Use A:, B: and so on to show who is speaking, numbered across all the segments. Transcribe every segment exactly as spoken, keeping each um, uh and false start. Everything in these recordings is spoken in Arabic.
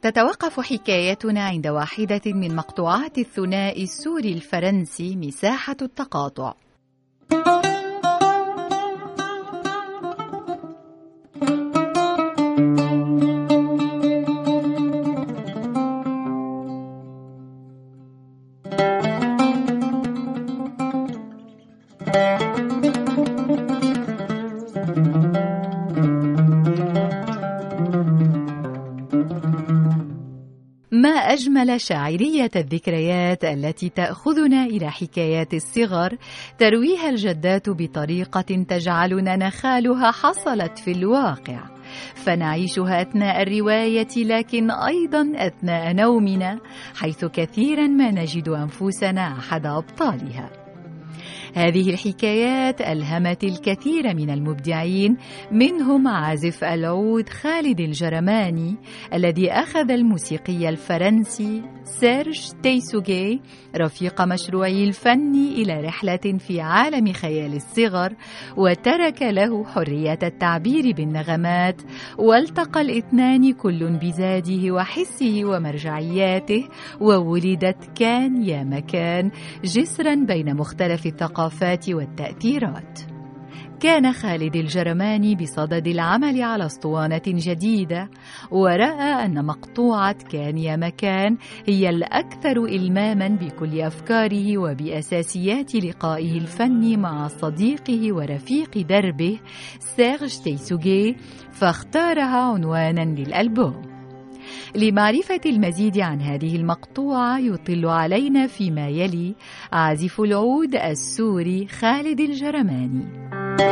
A: تتوقف حكايتنا عند واحدة من مقطوعات الثنائي السوري الفرنسي مساحة التقاطع. ما أجمل شاعرية الذكريات التي تأخذنا إلى حكايات الصغر ترويها الجدات بطريقة تجعلنا نخالها حصلت في الواقع، فنعيشها أثناء الرواية لكن أيضا أثناء نومنا، حيث كثيرا ما نجد أنفسنا أحد أبطالها. هذه الحكايات ألهمت الكثير من المبدعين، منهم عازف العود خالد الجرماني الذي أخذ الموسيقي الفرنسي سيرج تيسوغي رفيق مشروعه الفني إلى رحلة في عالم خيال الصغر، وترك له حرية التعبير بالنغمات، والتقى الاثنان كل بزاده وحسه ومرجعياته، وولدت كان يا مكان جسرا بين مختلف الثقافات والتأثيرات. كان خالد الجرماني بصدد العمل على اسطوانة جديدة، ورأى أن مقطوعة كان يا مكان هي الأكثر إلماما بكل أفكاره وبأساسيات لقائه الفني مع صديقه ورفيق دربه سيرج تيسوغي، فاختارها عنوانا للألبوم. لمعرفة المزيد عن هذه المقطوعة يطل علينا فيما يلي عازف العود السوري خالد الجرماني.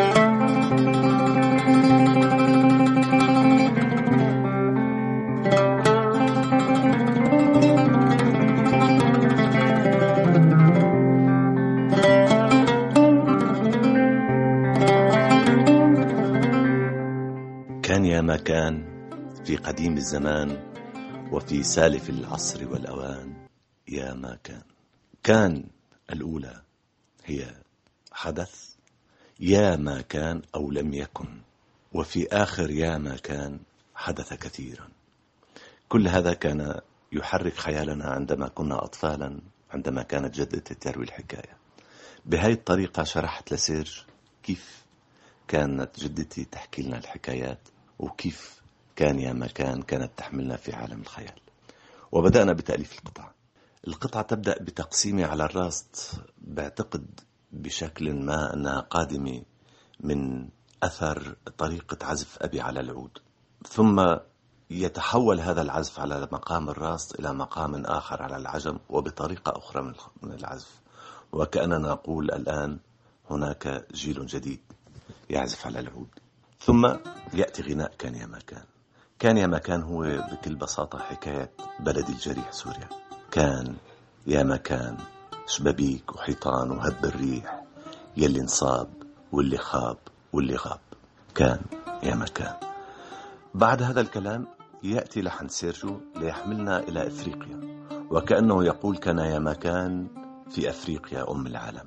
B: كان يا مكان في قديم الزمان وفي سالف العصر والأوان، يا ما كان. كان الأولى هي حدث، يا ما كان أو لم يكن، وفي آخر يا ما كان حدث كثيرا. كل هذا كان يحرك خيالنا عندما كنا أطفالا، عندما كانت جدتي تروي الحكاية. بهذه الطريقة شرحت لسيرج كيف كانت جدتي تحكي لنا الحكايات، وكيف كان يا مكان كانت تحملنا في عالم الخيال. وبدأنا بتأليف القطعة. القطعة تبدأ بتقسيمي على الراست، بعتقد بشكل ما أنها قادمة من أثر طريقة عزف أبي على العود، ثم يتحول هذا العزف على مقام الراست إلى مقام آخر على العجم، وبطريقة أخرى من العزف، وكأننا نقول الآن هناك جيل جديد يعزف على العود. ثم يأتي غناء كان يا مكان. كان يا مكان هو بكل بساطة حكاية بلدي الجريح سوريا. كان يا مكان شبابيك وحيطان وهب الريح، يلي انصاب واللي خاب واللي غاب. كان يا مكان. بعد هذا الكلام يأتي لحن سيرجو ليحملنا إلى إفريقيا، وكأنه يقول كان يا مكان في أفريقيا أم العالم.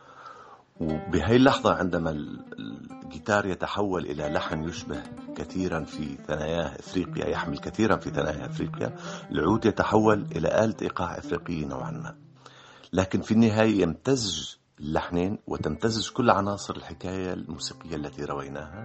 B: وبهي اللحظة عندما الجيتار يتحول إلى لحن يشبه كثيرا في ثناياه إفريقيا، يحمل كثيرا في ثنايا إفريقيا، العود يتحول إلى آلة إيقاع إفريقية نوعا ما. لكن في النهاية يمتزج اللحنين وتمتزج كل عناصر الحكاية الموسيقية التي رويناها،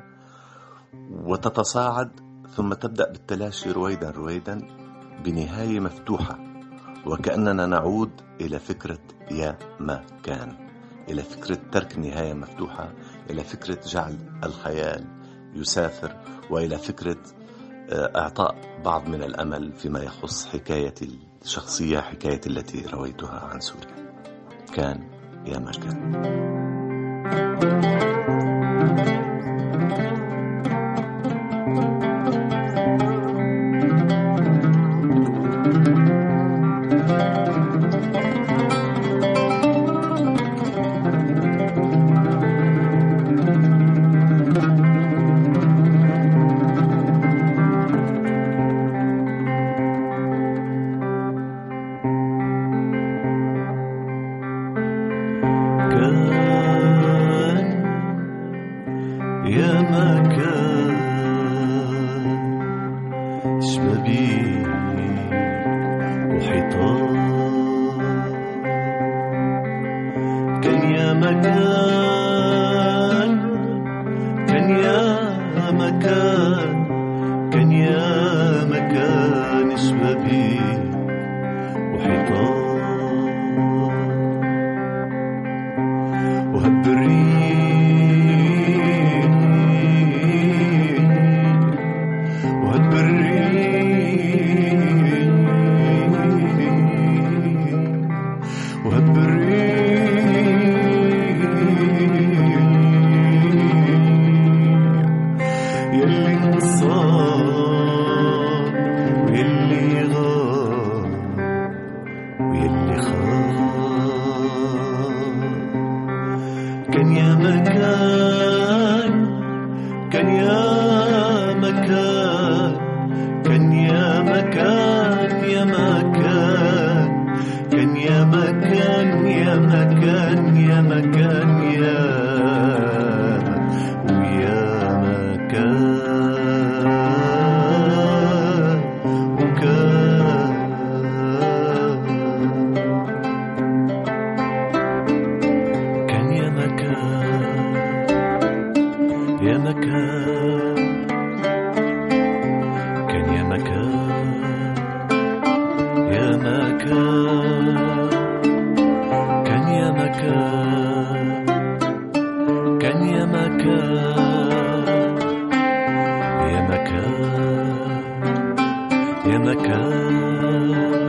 B: وتتصاعد ثم تبدأ بالتلاشي رويدا رويدا بنهاية مفتوحة، وكأننا نعود إلى فكرة يا ما كان، إلى فكرة ترك نهاية مفتوحة، إلى فكرة جعل الخيال يسافر، وإلى فكرة إعطاء بعض من الأمل فيما يخص حكاية الشخصية، حكاية التي رويتها عن سوريا. كان يا ما كان.
C: يا مكان شبابيك مكان كان يا مكان كان يا مكان شبابيك وحيطان وهالبريق وهالبريق وهالبريق يلي انصاب ويلي غاب ويلي خاب كان يا مكان كان يا مكان كان يا مكان يا مكان كان يا مكان يا مكان يا مكان يا ويا مكان وكان كان يا مكان يا مكان كان يا مكان يا مكان كان يا مكان كان يا مكان يا مكان يا مكان